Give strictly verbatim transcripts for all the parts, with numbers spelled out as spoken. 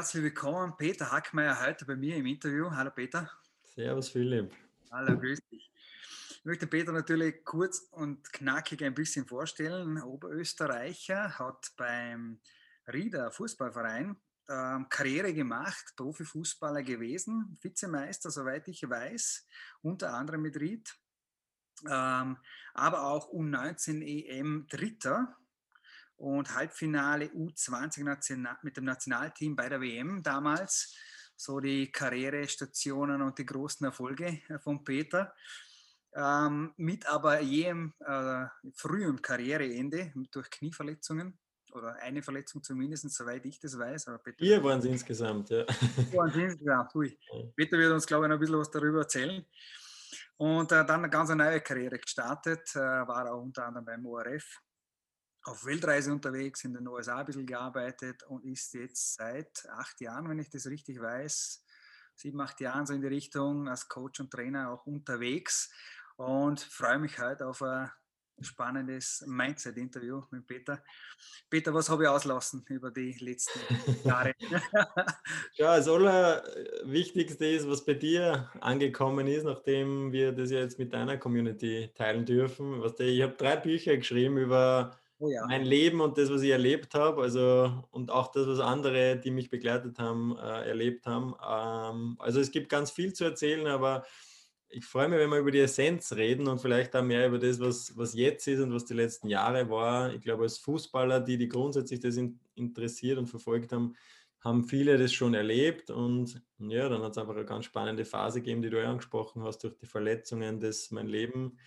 herzlich willkommen, Peter Hackmeier, heute bei mir im Interview. Hallo Peter. Servus Philipp. Hallo, grüß dich. Ich möchte Peter natürlich kurz und knackig ein bisschen vorstellen. Oberösterreicher, hat beim Rieder Fußballverein ähm, Karriere gemacht, Profifußballer gewesen, Vizemeister, soweit ich weiß, unter anderem mit Ried, ähm, aber auch U neunzehn E M Dritter und Halbfinale U zwanzig National mit dem Nationalteam bei der W M damals. So die Karrierestationen und die großen Erfolge von Peter. Ähm, mit aber jedem äh, frühem Karriereende durch Knieverletzungen oder eine Verletzung zumindest, soweit ich das weiß. Aber Peter wird Vier waren es insgesamt, ja. ja, hui. Peter wird uns, glaube ich, noch ein bisschen was darüber erzählen. Und äh, dann eine ganz neue Karriere gestartet, äh, war auch unter anderem beim O R F auf Weltreise unterwegs, in den U S A ein bisschen gearbeitet und ist jetzt seit acht Jahren, wenn ich das richtig weiß, sieben, acht Jahren so in die Richtung als Coach und Trainer auch unterwegs und freue mich heute auf ein spannendes Mindset-Interview mit Peter. Peter, was habe ich auslassen über die letzten Jahre? Ja, das Allerwichtigste ist, was bei dir angekommen ist, nachdem wir das ja jetzt mit deiner Community teilen dürfen. Was ich habe drei Bücher geschrieben über Oh ja. mein Leben und das, was ich erlebt habe, also und auch das, was andere, die mich begleitet haben, äh, erlebt haben. Ähm, also es gibt ganz viel zu erzählen, aber ich freue mich, wenn wir über die Essenz reden und vielleicht auch mehr über das, was, was jetzt ist und was die letzten Jahre war. Ich glaube, als Fußballer, die, die grundsätzlich das in, interessiert und verfolgt haben, haben viele das schon erlebt. Und ja, dann hat es einfach eine ganz spannende Phase gegeben, die du ja angesprochen hast, durch die Verletzungen, das mein Leben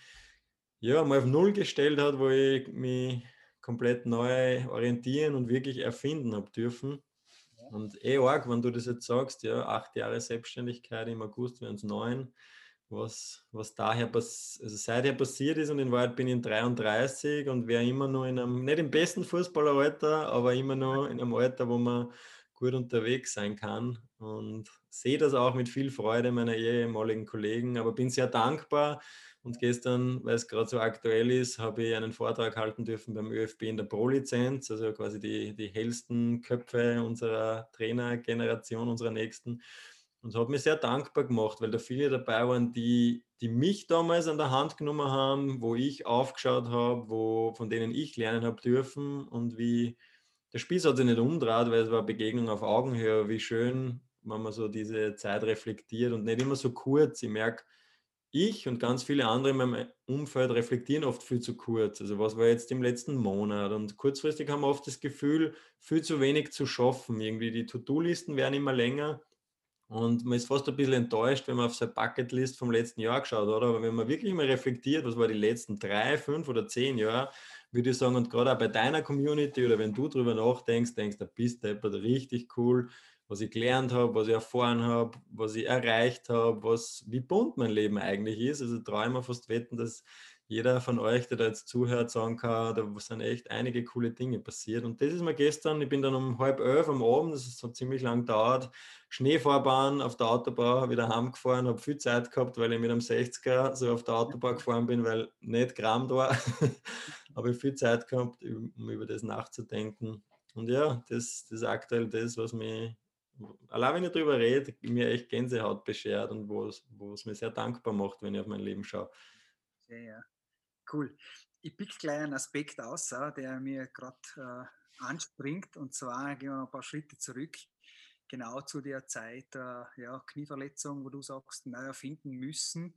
ja mal auf Null gestellt hat, wo ich mich komplett neu orientieren und wirklich erfinden habe dürfen. Und eh arg, wenn du das jetzt sagst, ja, acht Jahre Selbstständigkeit, im August werden es neun, was, was daher pass also seither passiert ist, und in Wahrheit bin ich dreiunddreißig und wäre immer noch in einem, nicht im besten Fußballeralter, aber immer noch in einem Alter, wo man gut unterwegs sein kann, und sehe das auch mit viel Freude meiner ehemaligen Kollegen, aber bin sehr dankbar. Und gestern, weil es gerade so aktuell ist, habe ich einen Vortrag halten dürfen beim ÖFB in der Pro-Lizenz, also quasi die, die hellsten Köpfe unserer Trainergeneration, unserer nächsten. Und habe mich sehr dankbar gemacht, weil da viele dabei waren, die, die mich damals an der Hand genommen haben, wo ich aufgeschaut habe, wo, von denen ich lernen habe dürfen, und wie der Spieß hat sich nicht umgedreht, weil es war eine Begegnung auf Augenhöhe. Wie schön, wenn man so diese Zeit reflektiert und nicht immer so kurz. Ich merke, ich und ganz viele andere in meinem Umfeld reflektieren oft viel zu kurz. Also was war jetzt im letzten Monat? Und kurzfristig haben wir oft das Gefühl, viel zu wenig zu schaffen. Irgendwie die To-Do-Listen werden immer länger und man ist fast ein bisschen enttäuscht, wenn man auf seine Bucketlist vom letzten Jahr geschaut hat. Aber wenn man wirklich mal reflektiert, was war die letzten drei, fünf oder zehn Jahre, würde ich sagen, und gerade auch bei deiner Community oder wenn du drüber nachdenkst, denkst du, bist du richtig cool, was ich gelernt habe, was ich erfahren habe, was ich erreicht habe, was, wie bunt mein Leben eigentlich ist. Also traue ich mir fast wetten, dass jeder von euch, der da jetzt zuhört, sagen kann, da sind echt einige coole Dinge passiert. Und das ist mir gestern, ich bin dann um halb elf am Abend, das hat ziemlich lang gedauert, Schneefahrbahn auf der Autobahn wieder heimgefahren, habe viel Zeit gehabt, weil ich mit einem sechziger so auf der Autobahn gefahren bin, weil nicht Gramm da, habe ich viel Zeit gehabt, um über das nachzudenken. Und ja, das, das ist aktuell das, was mich, allein wenn ich darüber rede, mir echt Gänsehaut beschert und wo es, wo es mir sehr dankbar macht, wenn ich auf mein Leben schaue. Ja, ja. Cool. Ich pick gleich einen Aspekt aus, äh, der mir gerade äh, anspringt. Und zwar gehen wir noch ein paar Schritte zurück. Genau zu der Zeit, äh, ja, Knieverletzung, wo du sagst, neu erfinden müssen.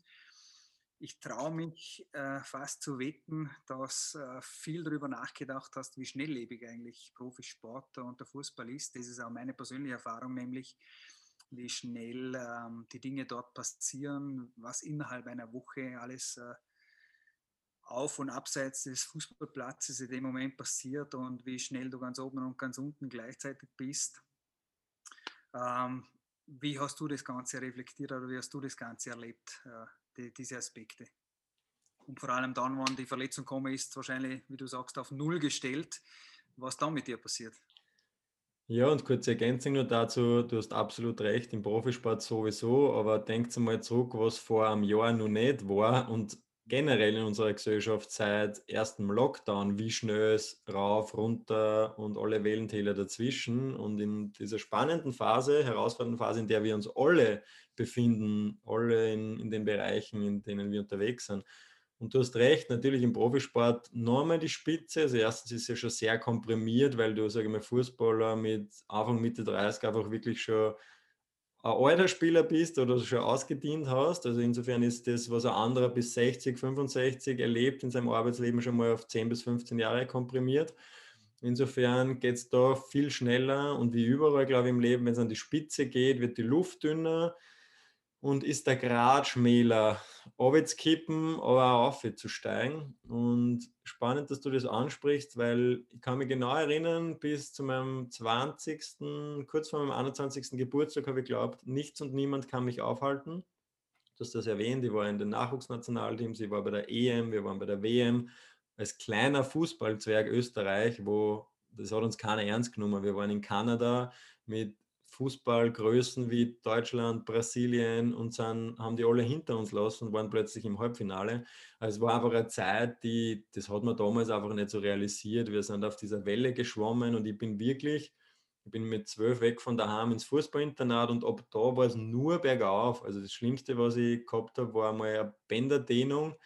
Ich traue mich äh, fast zu wetten, dass äh, viel darüber nachgedacht hast, wie schnelllebig eigentlich Profisport und der Fußball ist. Das ist auch meine persönliche Erfahrung, nämlich wie schnell ähm, die Dinge dort passieren, was innerhalb einer Woche alles äh, auf und abseits des Fußballplatzes in dem Moment passiert und wie schnell du ganz oben und ganz unten gleichzeitig bist. Ähm, wie hast du das Ganze reflektiert oder wie hast du das Ganze erlebt, äh, die, diese Aspekte? Und vor allem dann, wenn die Verletzung gekommen ist, wahrscheinlich, wie du sagst, auf Null gestellt. Was dann mit dir passiert? Ja, und kurze Ergänzung nur dazu, du hast absolut recht, im Profisport sowieso, aber denkt mal zurück, was vor einem Jahr noch nicht war, und generell in unserer Gesellschaft seit erstem Lockdown, wie schnell es rauf, runter und alle Wellentäler dazwischen. Und in dieser spannenden Phase, herausfordernden Phase, in der wir uns alle befinden, alle in, in den Bereichen, in denen wir unterwegs sind. Und du hast recht, natürlich im Profisport nochmal die Spitze. Also erstens ist es ja schon sehr komprimiert, weil du, sage ich mal, Fußballer mit Anfang, Mitte dreißig einfach wirklich schon ein alter Spieler bist oder schon ausgedient hast. Also insofern ist das, was ein anderer bis sechzig, fünfundsechzig erlebt in seinem Arbeitsleben, schon mal auf zehn bis fünfzehn Jahre komprimiert. Insofern geht es da viel schneller und wie überall, glaube ich, im Leben, wenn es an die Spitze geht, wird die Luft dünner und ist der Grat schmäler, runterzukippen, aber auch aufzusteigen. Und spannend, dass du das ansprichst, weil ich kann mich genau erinnern, bis zu meinem zwanzigsten, kurz vor meinem einundzwanzigsten Geburtstag habe ich geglaubt, nichts und niemand kann mich aufhalten. Du hast das erwähnt, ich war in den Nachwuchsnationalteams, ich war bei der E M, wir waren bei der W M. Als kleiner Fußballzwerg Österreich, wo das hat uns keiner ernst genommen. Wir waren in Kanada mit Fußballgrößen wie Deutschland, Brasilien und sind, haben die alle hinter uns lassen und waren plötzlich im Halbfinale. Also es war einfach eine Zeit, die, das hat man damals einfach nicht so realisiert. Wir sind auf dieser Welle geschwommen und ich bin wirklich, ich bin mit zwölf weg von daheim ins Fußballinternat und ab da war es nur bergauf. Also das Schlimmste, was ich gehabt habe, war mal eine Bänderdehnung,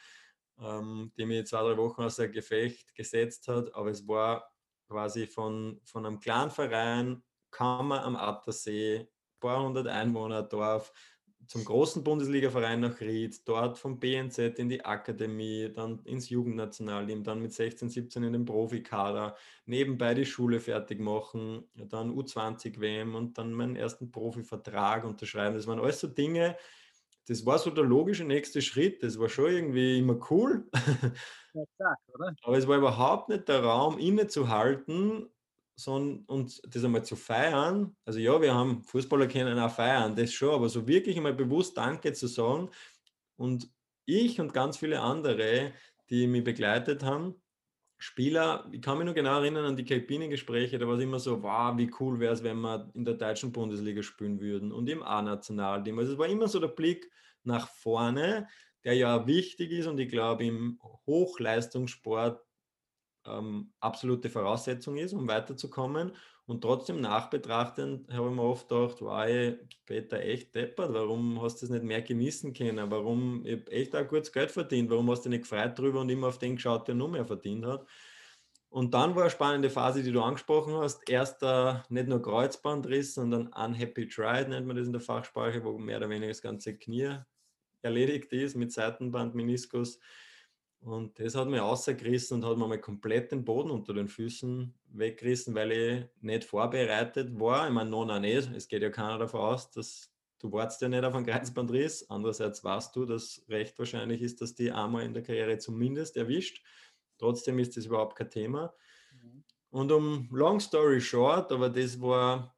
ähm, die mich zwei, drei Wochen außer Gefecht gesetzt hat. Aber es war quasi von, von einem kleinen Verein, Kammer am Attersee, ein paar hundert Einwohner, Dorf, zum großen Bundesligaverein nach Ried, dort vom B N Z in die Akademie, dann ins Jugendnationalteam, dann mit sechzehn, siebzehn in den Profikader, nebenbei die Schule fertig machen, dann U zwanzig W M und dann meinen ersten Profivertrag unterschreiben. Das waren alles so Dinge, das war so der logische nächste Schritt. Das war schon irgendwie immer cool. Ja, zack, oder? Aber es war überhaupt nicht der Raum, innezuhalten sondern, und das einmal zu feiern. Also ja, wir haben Fußballer können auch feiern, das schon, aber so wirklich einmal bewusst Danke zu sagen. Und ich und ganz viele andere, die mich begleitet haben, Spieler, ich kann mich nur genau erinnern an die Kabinengespräche, da war es immer so, wow, wie cool wäre es, wenn wir in der deutschen Bundesliga spielen würden und im A-Nationalteam. Also es war immer so der Blick nach vorne, der ja wichtig ist und ich glaube im Hochleistungssport ähm, absolute Voraussetzung ist, um weiterzukommen. Und trotzdem nachbetrachtend habe ich mir oft gedacht, wow, ey, Peter, echt deppert, warum hast du das nicht mehr genießen können? Warum, ich habe echt auch gutes Geld verdient, warum hast du nicht gefreut drüber und immer auf den geschaut, der noch mehr verdient hat? Und dann war eine spannende Phase, die du angesprochen hast. Erster nicht nur Kreuzbandriss, sondern Unhappy Triad nennt man das in der Fachsprache, wo mehr oder weniger das ganze Knie erledigt ist mit Seitenband, Meniskus. Und das hat mich rausgerissen und hat mir mal komplett den Boden unter den Füßen weggerissen, weil ich nicht vorbereitet war. Ich meine, noch nicht. Es geht ja keiner davon aus, dass du wartest ja nicht auf einen Kreuzbandriss. Andererseits weißt du, dass recht wahrscheinlich ist, dass die einmal in der Karriere zumindest erwischt. Trotzdem ist das überhaupt kein Thema. Mhm. Und um long story short, aber das war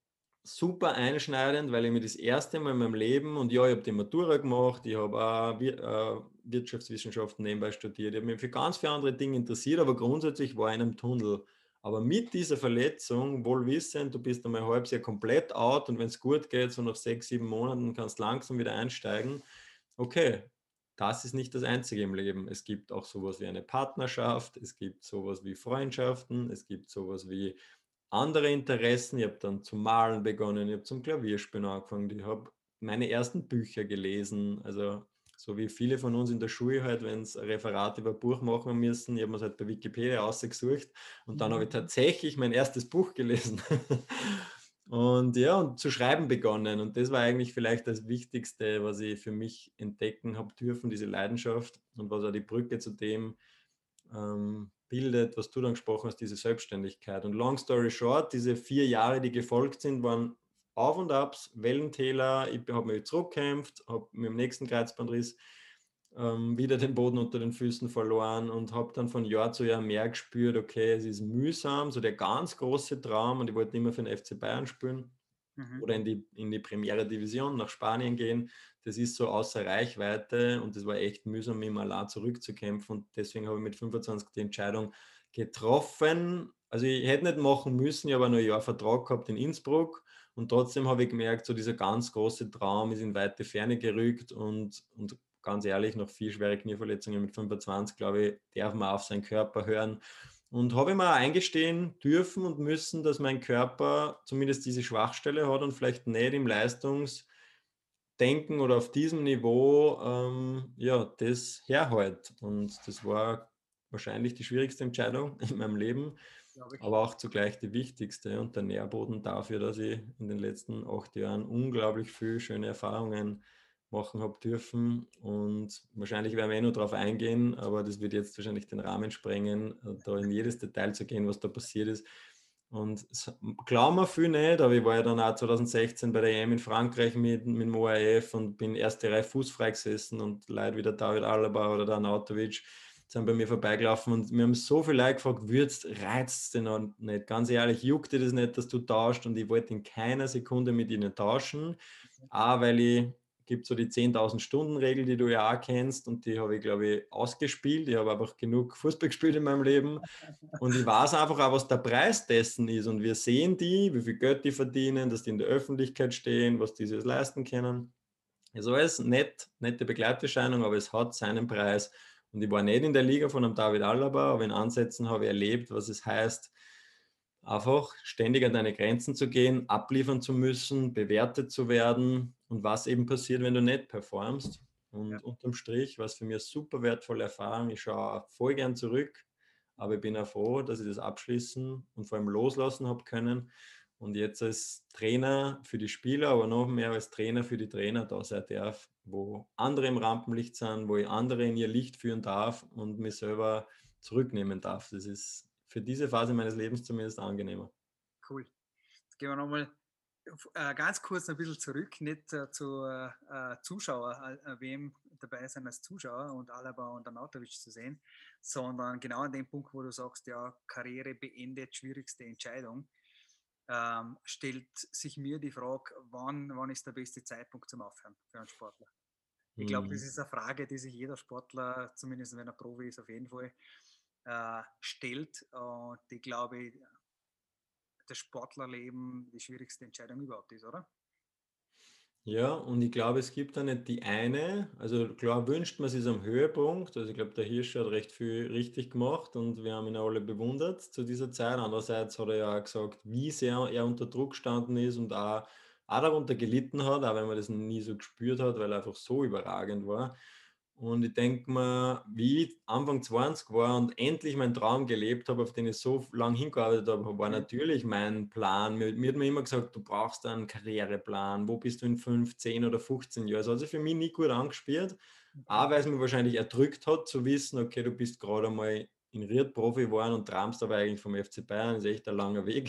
super einschneidend, weil ich mir das erste Mal in meinem Leben, und ja, ich habe die Matura gemacht, ich habe auch Wir äh, Wirtschaftswissenschaften nebenbei studiert, ich habe mich für ganz viele andere Dinge interessiert, aber grundsätzlich war ich in einem Tunnel. Aber mit dieser Verletzung, wohl wissend, du bist einmal ein halbes Jahr komplett out und wenn es gut geht, so nach sechs, sieben Monaten kannst du langsam wieder einsteigen. Okay, das ist nicht das Einzige im Leben. Es gibt auch sowas wie eine Partnerschaft, es gibt sowas wie Freundschaften, es gibt sowas wie andere Interessen. Ich habe dann zum Malen begonnen, ich habe zum Klavierspielen angefangen, ich habe meine ersten Bücher gelesen. Also so wie viele von uns in der Schule halt, wenn es ein Referat über ein Buch machen müssen, ich habe mir es halt bei Wikipedia ausgesucht und dann habe ich Mhm. tatsächlich mein erstes Buch gelesen. Und ja, und zu schreiben begonnen. Und das war eigentlich vielleicht das Wichtigste, was ich für mich entdecken habe dürfen, diese Leidenschaft und was auch die Brücke zu dem ähm, bildet, was du dann gesprochen hast, diese Selbstständigkeit. Und long story short, diese vier Jahre, die gefolgt sind, waren Auf und Abs, Wellentäler. Ich habe mich zurückgekämpft, habe mit dem nächsten Kreuzbandriss ähm, wieder den Boden unter den Füßen verloren und habe dann von Jahr zu Jahr mehr gespürt, okay, es ist mühsam, so der ganz große Traum und ich wollte nicht mehr für den F C Bayern spielen Mhm. oder in die, in die Primera Division nach Spanien gehen. Das ist so außer Reichweite und das war echt mühsam, mit dem allein zurückzukämpfen. Und deswegen habe ich mit fünfundzwanzig die Entscheidung getroffen. Also ich hätte nicht machen müssen, ich habe nur ein Jahr Vertrag gehabt in Innsbruck und trotzdem habe ich gemerkt, so dieser ganz große Traum ist in weite Ferne gerückt und, und ganz ehrlich, noch vier schwere Knieverletzungen mit fünfundzwanzig, glaube ich, darf man auf seinen Körper hören. Und habe ich mir auch eingestehen dürfen und müssen, dass mein Körper zumindest diese Schwachstelle hat und vielleicht nicht im Leistungsdenken oder auf diesem Niveau ähm, ja, das herhält. Und das war wahrscheinlich die schwierigste Entscheidung in meinem Leben, glaube ich. aber auch zugleich die wichtigste und der Nährboden dafür, dass ich in den letzten acht Jahren unglaublich viele schöne Erfahrungen machen habe dürfen. Und wahrscheinlich werden wir eh noch darauf eingehen, aber das wird jetzt wahrscheinlich den Rahmen sprengen, da in jedes Detail zu gehen, was da passiert ist. Und es glauben wir viel nicht, aber ich war ja dann auch zwanzig sechzehn bei der E M in Frankreich mit, mit dem O R F und bin erste Reihe fußfrei gesessen und Leute wie der David Alaba oder der Arnautovic sind bei mir vorbeigelaufen und mir haben so viele Leute gefragt, würdest, reizt es denn noch nicht? Ganz ehrlich, juckt dir das nicht, dass du tauscht? Und ich wollte in keiner Sekunde mit ihnen tauschen. A, weil ich, gibt so die zehntausend Stunden Regel, die du ja auch kennst und die habe ich, glaube ich, ausgespielt. Ich habe einfach genug Fußball gespielt in meinem Leben und ich weiß einfach auch, was der Preis dessen ist und wir sehen die, wie viel Geld die verdienen, dass die in der Öffentlichkeit stehen, was die sich leisten können. Ist alles nett, nette Begleiterscheinung, aber es hat seinen Preis. Und ich war nicht in der Liga von einem David Alaba, aber in Ansätzen habe ich erlebt, was es heißt, einfach ständig an deine Grenzen zu gehen, abliefern zu müssen, bewertet zu werden und was eben passiert, wenn du nicht performst. Ja, Und unterm Strich war es für mich eine super wertvolle Erfahrung. Ich schaue voll gern zurück, aber ich bin auch froh, dass ich das abschließen und vor allem loslassen habe können. Und jetzt als Trainer für die Spieler, aber noch mehr als Trainer für die Trainer da sein darf, wo andere im Rampenlicht sind, wo ich andere in ihr Licht führen darf und mich selber zurücknehmen darf. Das ist für diese Phase meines Lebens zumindest angenehmer. cool. Jetzt gehen wir nochmal äh, ganz kurz ein bisschen zurück, nicht äh, zu äh, äh, Zuschauer, äh, wem dabei sein als Zuschauer und Alaba und Arnautovic zu sehen, sondern genau an dem Punkt, wo du sagst, ja, Karriere beendet, schwierigste Entscheidung, ähm, stellt sich mir die Frage, wann, wann ist der beste Zeitpunkt zum Aufhören für einen Sportler? Ich glaube, das Hm. ist eine Frage, die sich jeder Sportler, zumindest wenn er Profi ist, auf jeden Fall äh, stellt. Und ich glaube, das Sportlerleben die schwierigste Entscheidung überhaupt ist, oder? Ja, und ich glaube, es gibt da nicht die eine. Also klar wünscht man sich am Höhepunkt. Also ich glaube, der Hirsch hat recht viel richtig gemacht und wir haben ihn alle bewundert zu dieser Zeit. Andererseits hat er ja auch gesagt, wie sehr er unter Druck gestanden ist und auch, auch darunter gelitten hat, auch wenn man das nie so gespürt hat, weil er einfach so überragend war. Und ich denke mir, wie ich Anfang zwanzig war und endlich meinen Traum gelebt habe, auf den ich so lange hingearbeitet habe, war Mhm. natürlich mein Plan. Mir, mir hat man immer gesagt, du brauchst einen Karriereplan. Wo bist du in fünf, zehn oder fünfzehn Jahren? Das hat sich für mich nie gut angespielt. Okay. Auch weil es mir wahrscheinlich erdrückt hat, zu wissen, okay, du bist gerade einmal in Ried Profi geworden und träumst aber eigentlich vom F C Bayern. Das ist echt ein langer Weg.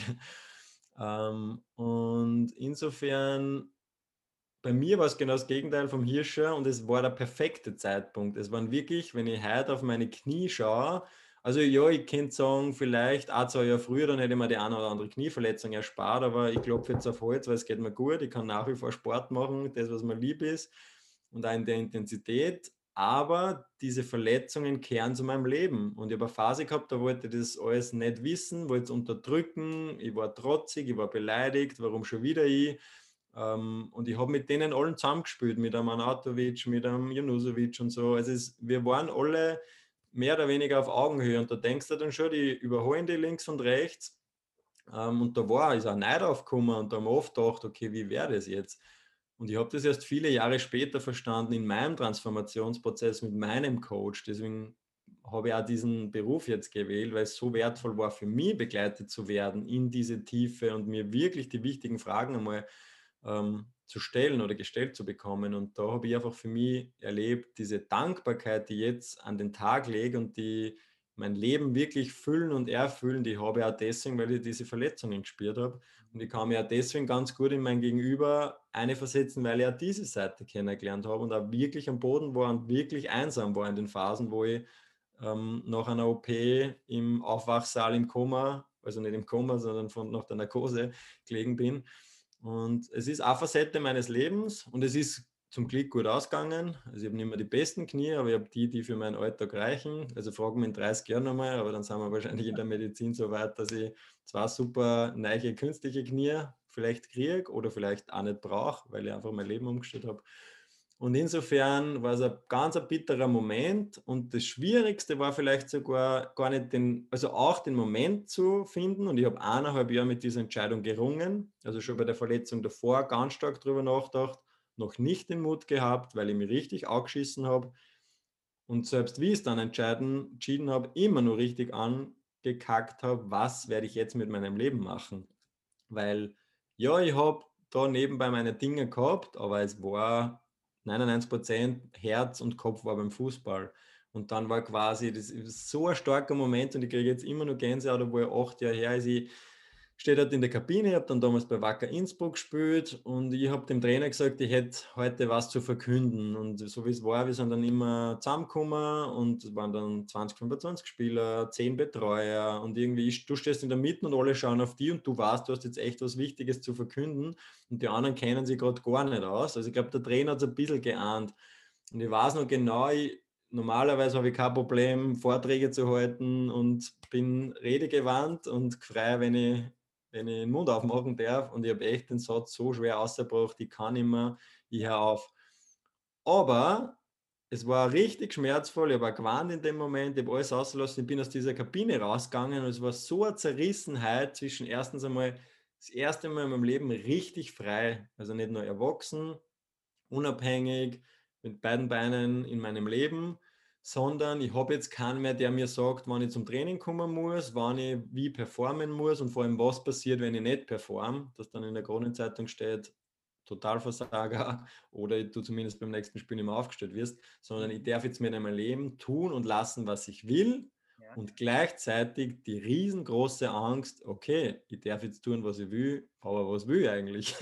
Ähm, und insofern bei mir war es genau das Gegenteil vom Hirscher und es war der perfekte Zeitpunkt. Es waren wirklich, wenn ich heute auf meine Knie schaue, also ja, ich könnte sagen, vielleicht ein, zwei Jahre früher, dann hätte ich mir die eine oder andere Knieverletzung erspart, aber ich klopfe jetzt auf Holz, weil es geht mir gut. Ich kann nach wie vor Sport machen, das, was mir lieb ist und auch in der Intensität. Aber diese Verletzungen kehren zu meinem Leben. Und ich habe eine Phase gehabt, da wollte ich das alles nicht wissen, wollte es unterdrücken. Ich war trotzig, ich war beleidigt, warum schon wieder ich? Ähm, und ich habe mit denen allen zusammengespielt, mit einem Anatovic, mit einem Janusovic und so. Also es, wir waren alle mehr oder weniger auf Augenhöhe und da denkst du dann schon, die überholen die links und rechts. Ähm, und da war, ist auch Neid aufgekommen und da haben wir oft gedacht, okay, wie wäre das jetzt? Und ich habe das erst viele Jahre später verstanden in meinem Transformationsprozess mit meinem Coach. Deswegen habe ich auch diesen Beruf jetzt gewählt, weil es so wertvoll war für mich, begleitet zu werden in diese Tiefe und mir wirklich die wichtigen Fragen einmal ähm, zu stellen oder gestellt zu bekommen. Und da habe ich einfach für mich erlebt, diese Dankbarkeit, die ich jetzt an den Tag lege und die mein Leben wirklich füllen und erfüllen, die habe ich auch deswegen, weil ich diese Verletzungen gespürt habe. Und ich kann mir auch deswegen ganz gut in mein Gegenüber eine versetzen, weil ich auch diese Seite kennengelernt habe und auch wirklich am Boden war und wirklich einsam war in den Phasen, wo ich ähm, nach einer O P im Aufwachsaal im Koma, also nicht im Koma, sondern von, nach der Narkose gelegen bin. Und es ist eine Facette meines Lebens und es ist zum Glück gut ausgegangen. Also ich habe nicht mehr die besten Knie, aber ich habe die, die für meinen Alltag reichen. Also fragen wir in dreißig Jahren nochmal, aber dann sind wir wahrscheinlich in der Medizin so weit, dass ich zwei super neue künstliche Knie vielleicht kriege oder vielleicht auch nicht brauche, weil ich einfach mein Leben umgestellt habe. Und insofern war es ein ganz ein bitterer Moment und das Schwierigste war vielleicht sogar gar nicht den, also auch den Moment zu finden, und ich habe eineinhalb Jahre mit dieser Entscheidung gerungen, also schon bei der Verletzung davor ganz stark drüber nachgedacht, noch nicht den Mut gehabt, weil ich mich richtig angeschissen habe, und selbst wie ich es dann entscheiden, entschieden habe, immer nur richtig angekackt habe, was werde ich jetzt mit meinem Leben machen. Weil ja, ich habe da nebenbei meine Dinge gehabt, aber es war neunundneunzig Prozent Herz und Kopf war beim Fußball. Und dann war quasi, das ist so ein starker Moment, und ich kriege jetzt immer noch Gänsehaut, obwohl acht Jahre her ist. Ich stehe dort in der Kabine, ich habe dann damals bei Wacker Innsbruck gespielt, und ich habe dem Trainer gesagt, ich hätte heute was zu verkünden. Und so wie es war, wir sind dann immer zusammengekommen, und es waren dann zwanzig, fünfundzwanzig Spieler, zehn Betreuer, und irgendwie, ich, du stehst in der Mitte und alle schauen auf die, und du weißt, du hast jetzt echt was Wichtiges zu verkünden, und die anderen kennen sich gerade gar nicht aus. Also ich glaube, der Trainer hat es ein bisschen geahnt. Und ich weiß noch genau, ich, normalerweise habe ich kein Problem, Vorträge zu halten und bin redegewandt und frei, wenn ich, wenn ich den Mund aufmachen darf. Und ich habe echt den Satz so schwer ausgebracht, ich kann immer, ich höre auf. Aber es war richtig schmerzvoll, ich habe auch gewarnt in dem Moment, ich habe alles ausgelassen, ich bin aus dieser Kabine rausgegangen, und es war so eine Zerrissenheit zwischen erstens einmal das erste Mal in meinem Leben richtig frei, also nicht nur erwachsen, unabhängig, mit beiden Beinen in meinem Leben, sondern ich habe jetzt keinen mehr, der mir sagt, wann ich zum Training kommen muss, wann ich wie performen muss, und vor allem, was passiert, wenn ich nicht performe, dass dann in der Kronenzeitung steht, Totalversager, oder du zumindest beim nächsten Spiel nicht mehr aufgestellt wirst, sondern ich Mhm. darf jetzt mit meinem Leben tun und lassen, was ich will, Ja, und gleichzeitig die riesengroße Angst, okay, ich darf jetzt tun, was ich will, aber was will ich eigentlich?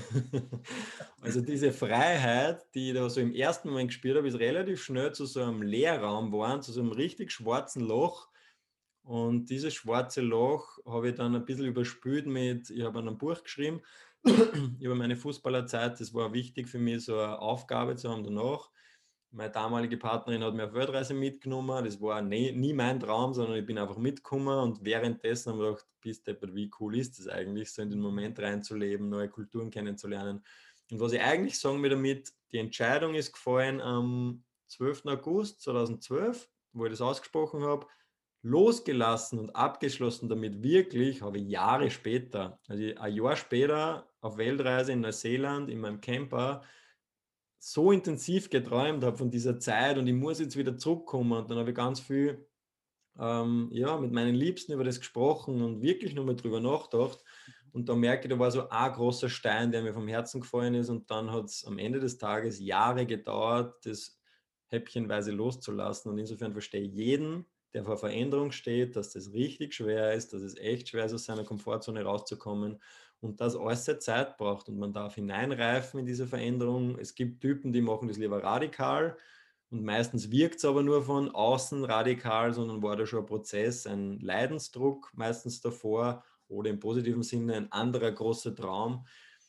Also diese Freiheit, die ich da so im ersten Moment gespürt habe, ist relativ schnell zu so einem Leerraum geworden, zu so einem richtig schwarzen Loch. Und dieses schwarze Loch habe ich dann ein bisschen überspült mit, ich habe ein Buch geschrieben über meine Fußballerzeit. Das war wichtig für mich, so eine Aufgabe zu haben danach. Meine damalige Partnerin hat mich auf Weltreise mitgenommen. Das war nie, nie mein Traum, sondern ich bin einfach mitgekommen, und währenddessen habe ich gedacht, bist deppert, wie cool ist das eigentlich, so in den Moment reinzuleben, neue Kulturen kennenzulernen. Und was ich eigentlich sagen will damit, die Entscheidung ist gefallen am zwölften August zweitausendzwölf, wo ich das ausgesprochen habe. Losgelassen und abgeschlossen damit wirklich habe ich Jahre später, also ein Jahr später auf Weltreise in Neuseeland in meinem Camper, so intensiv geträumt habe von dieser Zeit, und ich muss jetzt wieder zurückkommen, und dann habe ich ganz viel ähm, ja, mit meinen Liebsten über das gesprochen und wirklich nur mal drüber nachgedacht, und da merke ich, da war so ein großer Stein, der mir vom Herzen gefallen ist, und dann hat es am Ende des Tages Jahre gedauert, das häppchenweise loszulassen, und insofern verstehe ich jeden, der vor Veränderung steht, dass das richtig schwer ist, dass es echt schwer ist, aus seiner Komfortzone rauszukommen, und dass alles seine Zeit braucht, und man darf hineinreifen in diese Veränderung. Es gibt Typen, die machen das lieber radikal, und meistens wirkt es aber nur von außen radikal, sondern war da schon ein Prozess, ein Leidensdruck meistens davor, oder im positiven Sinne ein anderer großer Traum.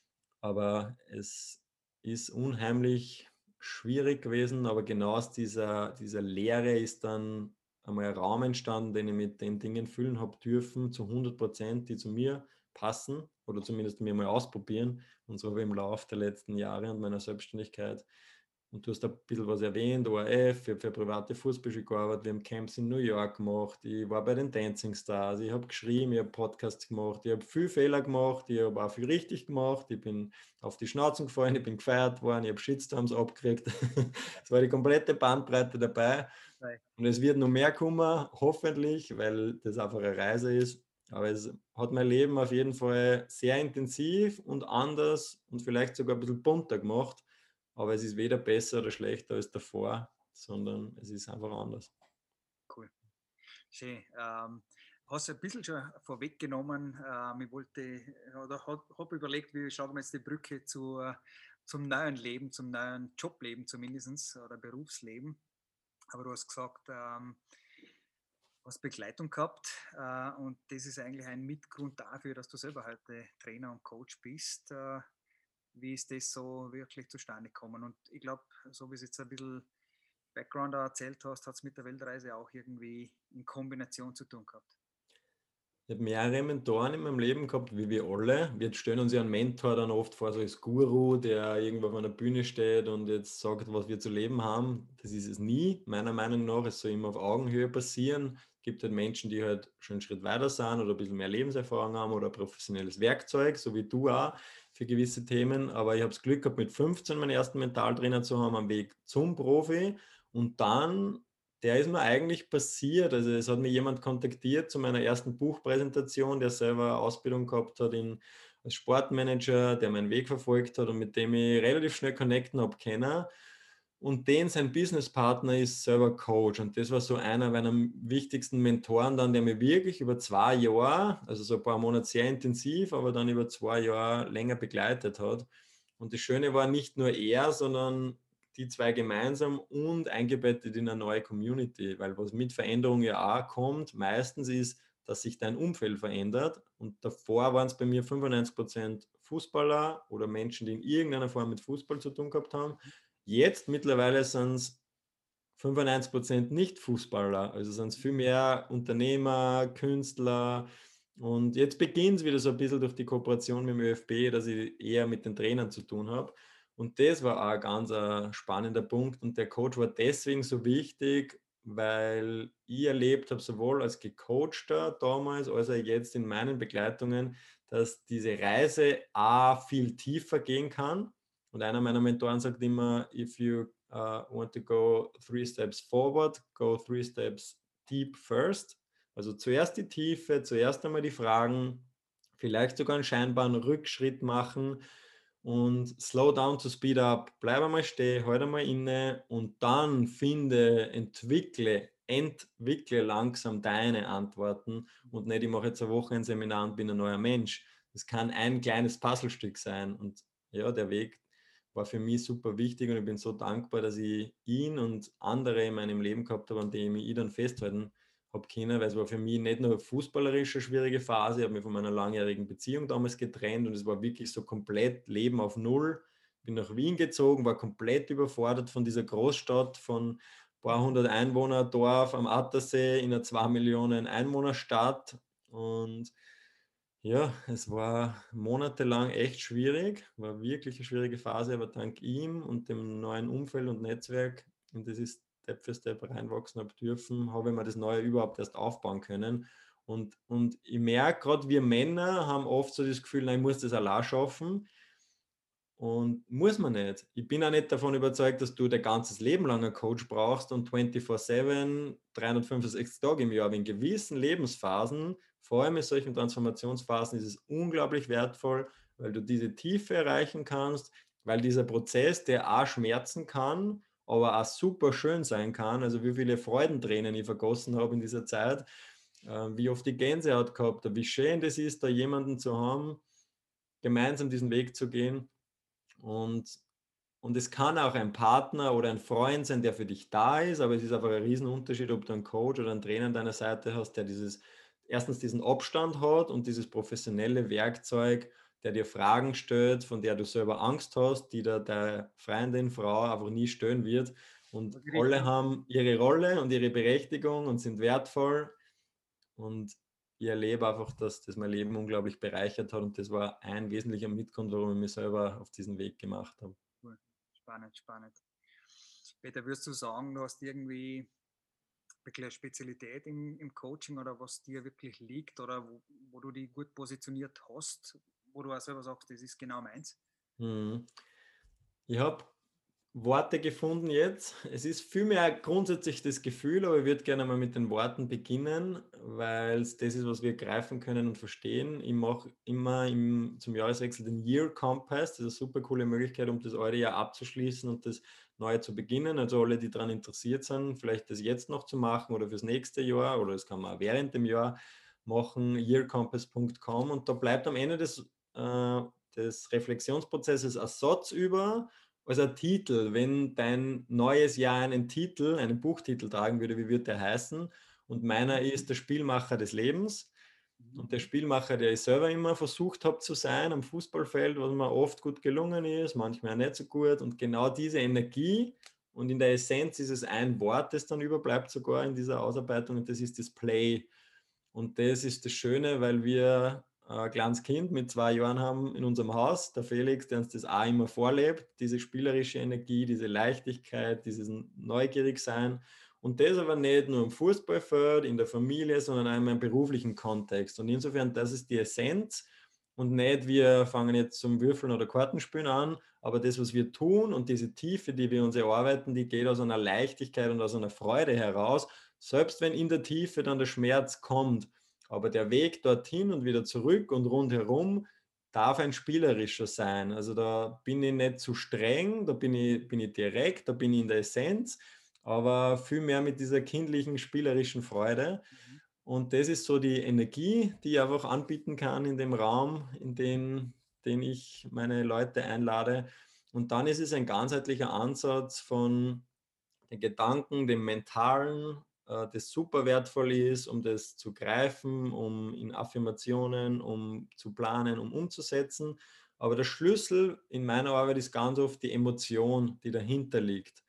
Aber es ist unheimlich schwierig gewesen, aber genau aus dieser, dieser Leere ist dann einmal ein Raum entstanden, den ich mit den Dingen füllen habe dürfen, zu hundert Prozent, die zu mir passen, oder zumindest mir mal ausprobieren. Und so habe ich im Laufe der letzten Jahre und meiner Selbstständigkeit, und du hast ein bisschen was erwähnt, O R F, ich habe für private Fußballschule gearbeitet, wir haben Camps in New York gemacht, ich war bei den Dancing Stars, ich habe geschrieben, ich habe Podcasts gemacht, ich habe viel Fehler gemacht, ich habe auch viel richtig gemacht, ich bin auf die Schnauzen gefallen, ich bin gefeiert worden, ich habe Shitstorms abgekriegt. Es war die komplette Bandbreite dabei, sei. und es wird noch mehr kommen, hoffentlich, weil das einfach eine Reise ist. Aber es hat mein Leben auf jeden Fall sehr intensiv und anders und vielleicht sogar ein bisschen bunter gemacht. Aber es ist weder besser oder schlechter als davor, sondern es ist einfach anders. Cool. Schön. Ähm, hast du ein bisschen schon vorweggenommen. Ähm, ich wollte oder habe überlegt, wie schauen wir jetzt die Brücke zu, äh, zum neuen Leben, zum neuen Jobleben zumindest oder Berufsleben. Aber du hast gesagt, ähm, du hast Begleitung gehabt äh, und das ist eigentlich ein Mitgrund dafür, dass du selber heute Trainer und Coach bist. Äh, wie ist das so wirklich zustande gekommen? Und ich glaube, so wie es jetzt ein bisschen Background erzählt hast, hat es mit der Weltreise auch irgendwie in Kombination zu tun gehabt. Ich habe mehrere Mentoren in meinem Leben gehabt, wie wir alle. Wir stellen uns ja einen Mentor dann oft vor, so als Guru, der irgendwo auf einer Bühne steht und jetzt sagt, was wir zu leben haben. Das ist es nie, meiner Meinung nach. Es soll immer auf Augenhöhe passieren. Es gibt halt Menschen, die halt schon einen Schritt weiter sind oder ein bisschen mehr Lebenserfahrung haben oder professionelles Werkzeug, so wie du auch für gewisse Themen. Aber ich habe das Glück gehabt, mit fünfzehn meinen ersten Mentaltrainer zu haben am Weg zum Profi und dann der ist mir eigentlich passiert. Also es hat mir jemand kontaktiert zu meiner ersten Buchpräsentation, der selber eine Ausbildung gehabt hat in, als Sportmanager, der meinen Weg verfolgt hat und mit dem ich relativ schnell connecten habe können. Und den, sein Businesspartner ist selber Coach. Und das war so einer meiner wichtigsten Mentoren dann, der mir wirklich über zwei Jahre, also so ein paar Monate sehr intensiv, aber dann über zwei Jahre länger begleitet hat. Und das Schöne war nicht nur er, sondern die zwei gemeinsam und eingebettet in eine neue Community, weil was mit Veränderung ja auch kommt, meistens ist, dass sich dein Umfeld verändert und davor waren es bei mir fünfundneunzig Prozent Fußballer oder Menschen, die in irgendeiner Form mit Fußball zu tun gehabt haben. Jetzt mittlerweile sind es fünfundneunzig Prozent Nicht-Fußballer, also sind es viel mehr Unternehmer, Künstler und jetzt beginnt es wieder so ein bisschen durch die Kooperation mit dem ÖFB, dass ich eher mit den Trainern zu tun habe. Und das war auch ein ganz ein spannender Punkt. Und der Coach war deswegen so wichtig, weil ich erlebt habe, sowohl als Gecoachter damals, als auch jetzt in meinen Begleitungen, dass diese Reise A viel tiefer gehen kann. Und einer meiner Mentoren sagt immer, if you uh, want to go three steps forward, go three steps deep first. Also zuerst die Tiefe, zuerst einmal die Fragen, vielleicht sogar einen scheinbaren Rückschritt machen und slow down to speed up. Bleib einmal stehen, halt einmal inne und dann finde, entwickle, entwickle langsam deine Antworten und nicht, ich mache jetzt eine Woche ein Seminar und bin ein neuer Mensch. Das kann ein kleines Puzzlestück sein und ja, der Weg war für mich super wichtig und ich bin so dankbar, dass ich ihn und andere in meinem Leben gehabt habe, an denen ich dann festhalten habe können, weil es war für mich nicht nur fußballerisch eine schwierige Phase, ich habe mich von meiner langjährigen Beziehung damals getrennt und es war wirklich so komplett Leben auf Null. Bin nach Wien gezogen, war komplett überfordert von dieser Großstadt, von ein paar hundert Einwohner Dorf am Attersee in einer zwei Millionen Einwohnerstadt und ja, es war monatelang echt schwierig, war wirklich eine schwierige Phase, aber dank ihm und dem neuen Umfeld und Netzwerk, und das ist Step für Step reinwachsen habe dürfen, habe ich mir das Neue überhaupt erst aufbauen können. Und, und ich merke gerade, wir Männer haben oft so das Gefühl, nein, ich muss das allein schaffen. Und muss man nicht. Ich bin auch nicht davon überzeugt, dass du dein ganzes Leben lang einen Coach brauchst und vierundzwanzig sieben, dreihundertfünfundsechzig Tage im Jahr. Aber in gewissen Lebensphasen, vor allem in solchen Transformationsphasen, ist es unglaublich wertvoll, weil du diese Tiefe erreichen kannst, weil dieser Prozess, der auch schmerzen kann, aber auch super schön sein kann. Also wie viele Freudentränen ich vergossen habe in dieser Zeit, äh, wie oft die Gänsehaut gehabt habe, wie schön das ist, da jemanden zu haben, gemeinsam diesen Weg zu gehen. Und, und es kann auch ein Partner oder ein Freund sein, der für dich da ist, aber es ist einfach ein Riesenunterschied, ob du einen Coach oder einen Trainer an deiner Seite hast, der dieses, erstens diesen Abstand hat und dieses professionelle Werkzeug, der dir Fragen stellt, von der du selber Angst hast, die da der Freundin, Frau einfach nie stellen wird. Und alle Richtig. haben ihre Rolle und ihre Berechtigung und sind wertvoll. Und ich erlebe einfach, dass das mein Leben unglaublich bereichert hat und das war ein wesentlicher Mitgrund, warum ich mich selber auf diesen Weg gemacht habe. Cool. Spannend, spannend. Peter, würdest du sagen, du hast irgendwie wirklich eine Spezialität im, im Coaching oder was dir wirklich liegt oder wo, wo du die gut positioniert hast, wo du auch selber sagst, das ist genau meins? Hm. Ich habe Worte gefunden jetzt. Es ist vielmehr grundsätzlich das Gefühl, aber ich würde gerne mal mit den Worten beginnen, weil es das ist, was wir greifen können und verstehen. Ich mache immer im, zum Jahreswechsel den Year Compass. Das ist eine super coole Möglichkeit, um das alte Jahr abzuschließen und das neue zu beginnen. Also alle, die daran interessiert sind, vielleicht das jetzt noch zu machen oder fürs nächste Jahr oder das kann man auch während dem Jahr machen, year compass punkt com und da bleibt am Ende des, äh, des Reflexionsprozesses ein Satz über, also ein Titel, wenn dein neues Jahr einen Titel, einen Buchtitel tragen würde, wie würde der heißen? Und meiner ist der Spielmacher des Lebens. Und der Mhm. Spielmacher, der ich selber immer versucht habe zu sein am Fußballfeld, was mir oft gut gelungen ist, manchmal auch nicht so gut. Und genau diese Energie und in der Essenz ist es ein Wort, das dann überbleibt sogar in dieser Ausarbeitung und das ist das Play. Und das ist das Schöne, weil wir ein kleines Kind mit zwei Jahren haben in unserem Haus, der Felix, der uns das auch immer vorlebt, diese spielerische Energie, diese Leichtigkeit, dieses Neugierigsein. Und das aber nicht nur im Fußballfeld, in der Familie, sondern auch in meinem beruflichen Kontext. Und insofern, das ist die Essenz. Und nicht, wir fangen jetzt zum Würfeln oder Kartenspielen an, aber das, was wir tun und diese Tiefe, die wir uns erarbeiten, die geht aus einer Leichtigkeit und aus einer Freude heraus, selbst wenn in der Tiefe dann der Schmerz kommt. Aber der Weg dorthin und wieder zurück und rundherum darf ein spielerischer sein. Also da bin ich nicht zu streng, da bin ich, bin ich direkt, da bin ich in der Essenz, aber viel mehr mit dieser kindlichen, spielerischen Freude. Mhm. Und das ist so die Energie, die ich einfach anbieten kann in dem Raum, in den, den ich meine Leute einlade. Und dann ist es ein ganzheitlicher Ansatz von den Gedanken, dem Mentalen, äh, das super wertvoll ist, um das zu greifen, um in Affirmationen, um zu planen, um umzusetzen. Aber der Schlüssel in meiner Arbeit ist ganz oft die Emotion, die dahinter liegt.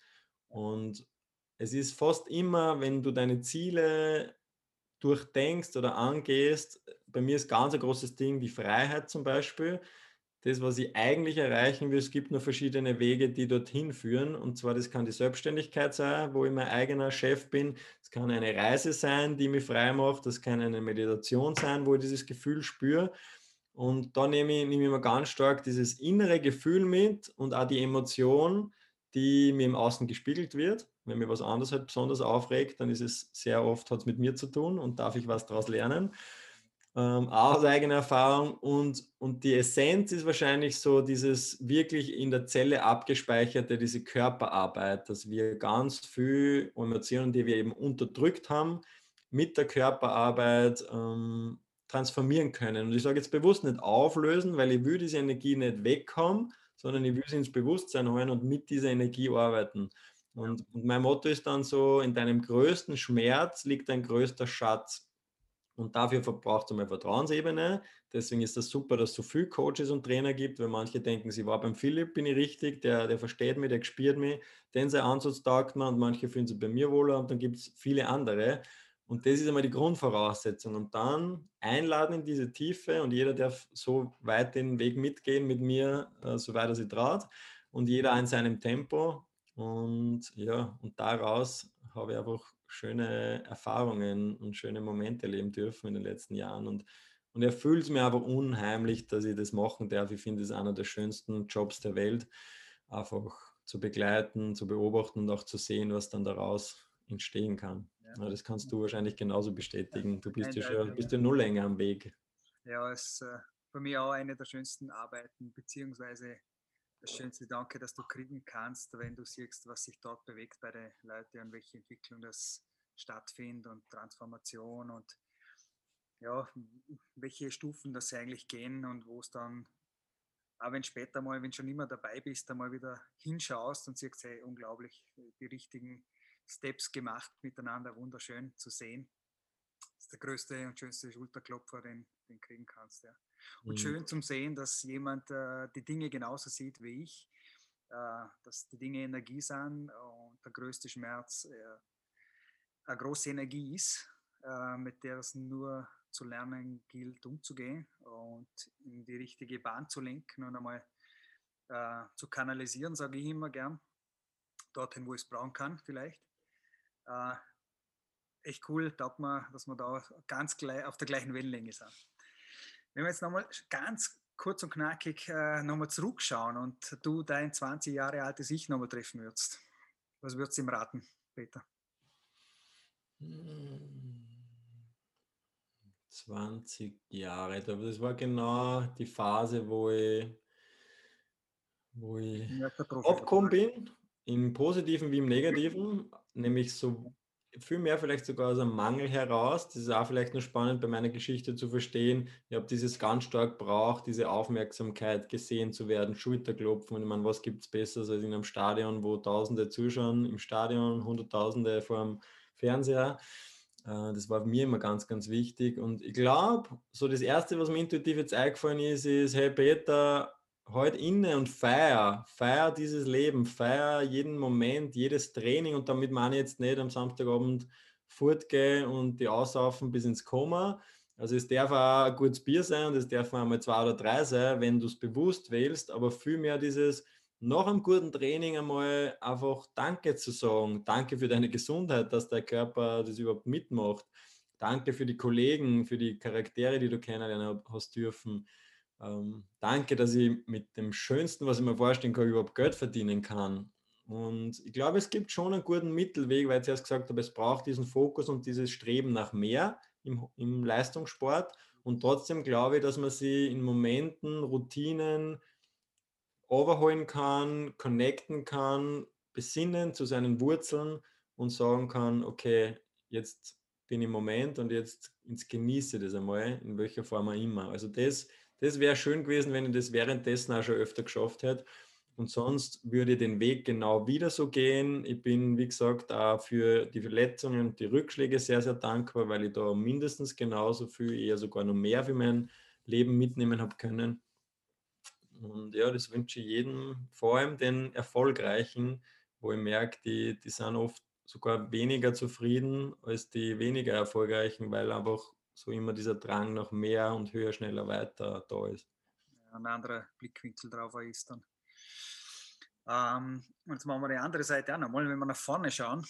Und es ist fast immer, wenn du deine Ziele durchdenkst oder angehst, bei mir ist ganz ein großes Ding die Freiheit zum Beispiel. Das, was ich eigentlich erreichen will, es gibt nur verschiedene Wege, die dorthin führen. Und zwar, das kann die Selbstständigkeit sein, wo ich mein eigener Chef bin. Es kann eine Reise sein, die mich frei macht. Das kann eine Meditation sein, wo ich dieses Gefühl spüre. Und da nehme ich, nehme ich mir ganz stark dieses innere Gefühl mit und auch die Emotion, die mir im Außen gespiegelt wird. Wenn mir was anderes halt besonders aufregt, dann ist es sehr oft, hat es mit mir zu tun und darf ich was daraus lernen. Ähm, auch aus eigener Erfahrung. Und, und die Essenz ist wahrscheinlich so dieses wirklich in der Zelle abgespeicherte, diese Körperarbeit, dass wir ganz viel Emotionen, die wir eben unterdrückt haben, mit der Körperarbeit ähm, transformieren können. Und ich sage jetzt bewusst nicht auflösen, weil ich will diese Energie nicht weghaben, sondern ich will sie ins Bewusstsein holen und mit dieser Energie arbeiten. Ja. Und, und mein Motto ist dann so, in deinem größten Schmerz liegt dein größter Schatz. Und dafür braucht es einmal Vertrauensebene. Deswegen ist das super, dass es so viele Coaches und Trainer gibt, weil manche denken, sie war beim Philipp, bin ich richtig, der, der versteht mich, der spürt mich, denn sein Ansatz taugt mir und manche fühlen sich bei mir wohler und dann gibt es viele andere. Und das ist einmal die Grundvoraussetzung. Und dann einladen in diese Tiefe und jeder darf so weit den Weg mitgehen mit mir, äh, soweit er sich traut und jeder in seinem Tempo. Und ja, und daraus habe ich einfach schöne Erfahrungen und schöne Momente erleben dürfen in den letzten Jahren. Und, und erfüllt es mir aber unheimlich, dass ich das machen darf. Ich finde es einer der schönsten Jobs der Welt, einfach zu begleiten, zu beobachten und auch zu sehen, was dann daraus entstehen kann. Ja. Ja, das kannst du wahrscheinlich genauso bestätigen. Du bist ja schon, Eindeutig. bist ja null länger am Weg. Ja, es ist äh, für mich auch eine der schönsten Arbeiten, beziehungsweise das schönste Danke, das du kriegen kannst, wenn du siehst, was sich dort bewegt bei den Leuten und welche Entwicklung das stattfindet und Transformation und ja, welche Stufen das sie eigentlich gehen und wo es dann, auch wenn später mal, wenn du schon immer dabei bist, einmal wieder hinschaust und siehst, hey, unglaublich, die richtigen Steps gemacht miteinander, wunderschön zu sehen. Das ist der größte und schönste Schulterklopfer, den du kriegen kannst. Ja. Und Mhm. schön zum Sehen, dass jemand äh, die Dinge genauso sieht wie ich, äh, dass die Dinge Energie sind und der größte Schmerz äh, eine große Energie ist, äh, mit der es nur zu lernen gilt, umzugehen und in die richtige Bahn zu lenken und einmal äh, zu kanalisieren, sage ich immer gern, dorthin, wo ich es brauchen kann vielleicht. Äh, echt cool, taugt mir, dass wir da ganz gleich auf der gleichen Wellenlänge sind. Wenn wir jetzt nochmal ganz kurz und knackig äh, nochmal zurückschauen und du dein zwanzig Jahre altes Ich nochmal treffen würdest, was würdest du ihm raten, Peter? zwanzig Jahre, das war genau die Phase, wo ich, wo ich Ja, der abgekommen Profifußballer. bin, im Positiven wie im Negativen, nämlich so viel mehr vielleicht sogar aus einem Mangel heraus. Das ist auch vielleicht nur spannend bei meiner Geschichte zu verstehen. Ich habe dieses ganz stark braucht, diese Aufmerksamkeit, gesehen zu werden, Schulterklopfen. Und ich meine, was gibt es Besseres als in einem Stadion, wo Tausende zuschauen, im Stadion, Hunderttausende vor dem Fernseher. Äh, Das war mir immer ganz, ganz wichtig. Und ich glaube, so das Erste, was mir intuitiv jetzt eingefallen ist, ist, hey Peter, halt inne und feier, feier dieses Leben, feier jeden Moment, jedes Training und damit meine ich jetzt nicht am Samstagabend fortgehen und die aussaufen bis ins Koma. Also es darf auch ein gutes Bier sein und es dürfen einmal zwei oder drei sein, wenn du es bewusst wählst, aber vielmehr dieses nach einem guten Training einmal einfach Danke zu sagen. Danke für deine Gesundheit, dass dein Körper das überhaupt mitmacht. Danke für die Kollegen, für die Charaktere, die du kennenlernen hast dürfen. Ähm, danke, dass ich mit dem Schönsten, was ich mir vorstellen kann, überhaupt Geld verdienen kann. Und ich glaube, es gibt schon einen guten Mittelweg, weil ich zuerst gesagt habe, es braucht diesen Fokus und dieses Streben nach mehr im, im Leistungssport. Und trotzdem glaube ich, dass man sie in Momenten, Routinen overholen kann, connecten kann, besinnen zu seinen Wurzeln und sagen kann, okay, jetzt bin ich im Moment und jetzt, jetzt genieße das einmal, in welcher Form auch immer. Also das, das wäre schön gewesen, wenn ich das währenddessen auch schon öfter geschafft hätte. Und sonst würde ich den Weg genau wieder so gehen. Ich bin, wie gesagt, auch für die Verletzungen und die Rückschläge sehr, sehr dankbar, weil ich da mindestens genauso viel, eher sogar noch mehr für mein Leben mitnehmen habe können. Und ja, das wünsche ich jedem, vor allem den Erfolgreichen, wo ich merke, die, die sind oft sogar weniger zufrieden als die weniger Erfolgreichen, weil einfach so immer dieser Drang nach mehr und höher, schneller, weiter da ist. Ein anderer Blickwinkel drauf ist dann. Ähm, und jetzt machen wir die andere Seite auch nochmal, wenn wir nach vorne schauen.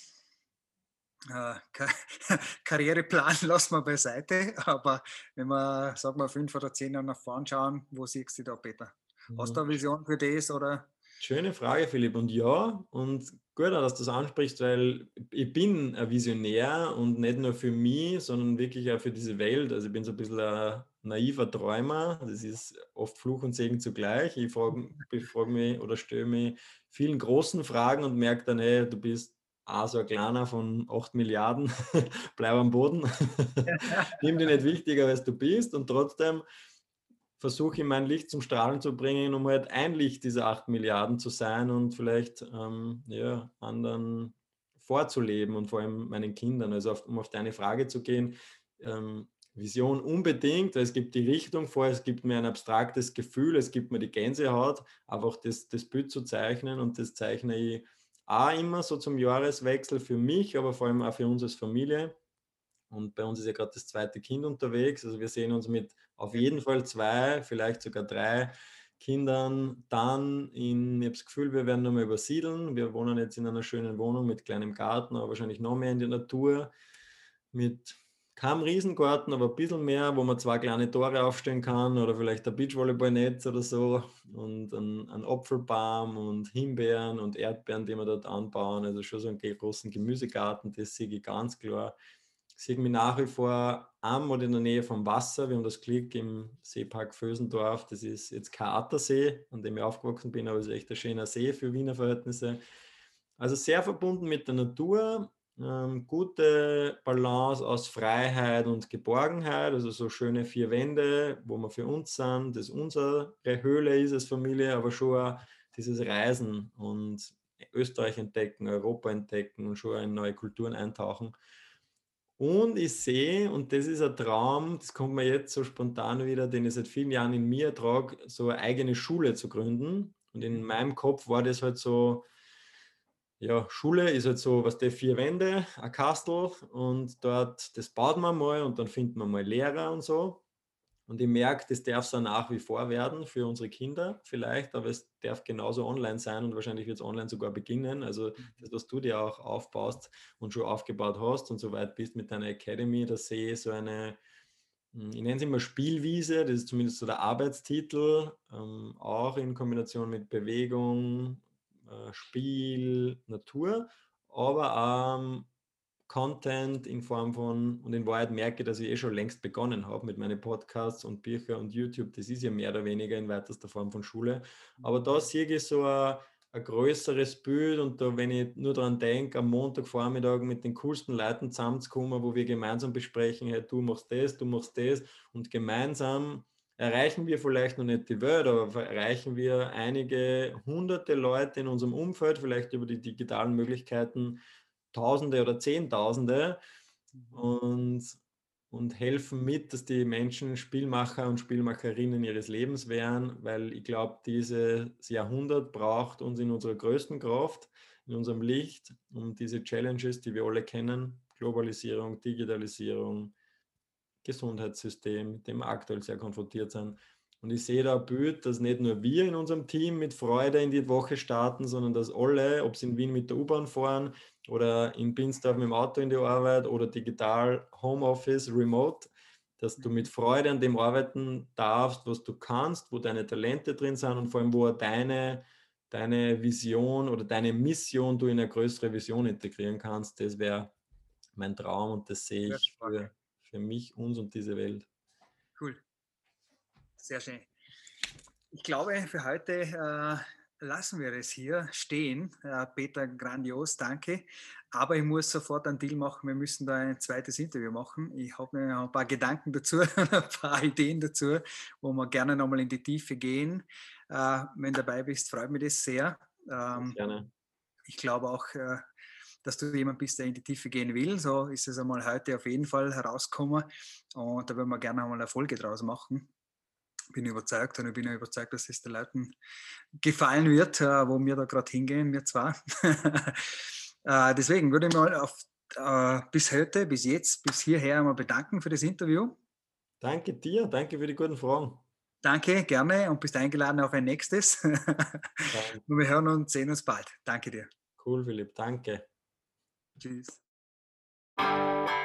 Äh, Karriereplan lassen wir beiseite, aber wenn wir, sagen wir, fünf oder zehn Jahre nach vorne schauen, wo siehst du da, Peter? Hast du eine Vision für das oder? Schöne Frage, Philipp. Und ja, und gut, dass du das ansprichst, weil ich bin ein Visionär und nicht nur für mich, sondern wirklich auch für diese Welt. Also ich bin so ein bisschen ein naiver Träumer. Das ist oft Fluch und Segen zugleich. Ich frage frag mich oder stelle mich vielen großen Fragen und merke dann, hey, du bist auch so ein kleiner von acht Milliarden, bleib am Boden. Nimm dich nicht wichtiger, als du bist und trotzdem versuche ich mein Licht zum Strahlen zu bringen, um halt ein Licht dieser acht Milliarden zu sein und vielleicht ähm, ja, anderen vorzuleben und vor allem meinen Kindern. Also auf, um auf deine Frage zu gehen, ähm, Vision unbedingt, weil es gibt die Richtung vor, es gibt mir ein abstraktes Gefühl, es gibt mir die Gänsehaut, einfach das, das Bild zu zeichnen und das zeichne ich auch immer so zum Jahreswechsel für mich, aber vor allem auch für uns als Familie. Und bei uns ist ja gerade das zweite Kind unterwegs. Also wir sehen uns mit auf jeden Fall zwei, vielleicht sogar drei Kindern dann in, ich habe das Gefühl, wir werden nochmal übersiedeln. Wir wohnen jetzt in einer schönen Wohnung mit kleinem Garten, aber wahrscheinlich noch mehr in der Natur, mit keinem Riesengarten, aber ein bisschen mehr, wo man zwei kleine Tore aufstellen kann oder vielleicht ein Beachvolleyballnetz oder so und ein, ein Apfelbaum und Himbeeren und Erdbeeren, die wir dort anbauen. Also schon so einen großen Gemüsegarten, das sehe ich ganz klar. Ich sehe mich nach wie vor am oder in der Nähe vom Wasser. Wir haben das Glück im Seepark Vösendorf. Das ist jetzt kein Attersee, an dem ich aufgewachsen bin, aber es ist echt ein schöner See für Wiener Verhältnisse. Also sehr verbunden mit der Natur, ähm, gute Balance aus Freiheit und Geborgenheit, also so schöne vier Wände, wo wir für uns sind, das unsere Höhle ist als Familie, aber schon auch dieses Reisen und Österreich entdecken, Europa entdecken und schon in neue Kulturen eintauchen. Und ich sehe, und das ist ein Traum, das kommt mir jetzt so spontan wieder, den ich seit vielen Jahren in mir trage, so eine eigene Schule zu gründen. Und in meinem Kopf war das halt so, ja, Schule ist halt so, was der vier Wände, ein Kastel und dort, das baut man mal und dann findet man mal Lehrer und so. Und ich merke, das darf es auch nach wie vor werden für unsere Kinder vielleicht, aber es darf genauso online sein und wahrscheinlich wird es online sogar beginnen. Also das, was du dir auch aufbaust und schon aufgebaut hast und so weit bist mit deiner Academy, da sehe ich so eine, ich nenne es immer Spielwiese, das ist zumindest so der Arbeitstitel, ähm, auch in Kombination mit Bewegung, äh, Spiel, Natur, aber ähm, Content in Form von, und in Wahrheit merke ich, dass ich eh schon längst begonnen habe mit meinen Podcasts und Büchern und YouTube. Das ist ja mehr oder weniger in weitester Form von Schule. Aber da sehe ich so ein, ein größeres Bild und da, wenn ich nur daran denke, am Montagvormittag mit den coolsten Leuten zusammenzukommen, wo wir gemeinsam besprechen, hey, du machst das, du machst das und gemeinsam erreichen wir vielleicht noch nicht die Welt, aber erreichen wir einige hunderte Leute in unserem Umfeld, vielleicht über die digitalen Möglichkeiten, Tausende oder Zehntausende und, und helfen mit, dass die Menschen Spielmacher und Spielmacherinnen ihres Lebens wären, weil ich glaube, dieses Jahrhundert braucht uns in unserer größten Kraft, in unserem Licht, um diese Challenges, die wir alle kennen, Globalisierung, Digitalisierung, Gesundheitssystem, mit dem wir aktuell sehr konfrontiert sind. Und ich sehe da ein Bild, dass nicht nur wir in unserem Team mit Freude in die Woche starten, sondern dass alle, ob sie in Wien mit der U-Bahn fahren oder in Binsdorf mit dem Auto in die Arbeit oder digital Homeoffice, Remote, dass du mit Freude an dem arbeiten darfst, was du kannst, wo deine Talente drin sind und vor allem, wo deine, deine Vision oder deine Mission du in eine größere Vision integrieren kannst. Das wäre mein Traum und das sehe Sehr ich stark. für, für mich, uns und diese Welt. Cool. Sehr schön. Ich glaube, für heute äh, lassen wir es hier stehen. Äh, Peter, grandios, danke. Aber ich muss sofort einen Deal machen. Wir müssen da ein zweites Interview machen. Ich habe mir ein paar Gedanken dazu, ein paar Ideen dazu, wo wir gerne nochmal in die Tiefe gehen. Äh, wenn du dabei bist, freut mich das sehr. Ähm, Gerne. ich glaube auch, äh, dass du jemand bist, der in die Tiefe gehen will. So ist es einmal heute auf jeden Fall herausgekommen. Und da würden wir gerne einmal eine Folge draus machen. Bin überzeugt und ich bin ja überzeugt, dass es den Leuten gefallen wird, äh, wo wir da gerade hingehen, wir zwar. äh, deswegen würde ich mal auf, äh, bis heute, bis jetzt, bis hierher einmal bedanken für das Interview. Danke dir, danke für die guten Fragen. Danke, gerne und bist eingeladen auf ein nächstes. Und Dann, wir hören und sehen uns bald. Danke dir. cool, Philipp, danke. Tschüss.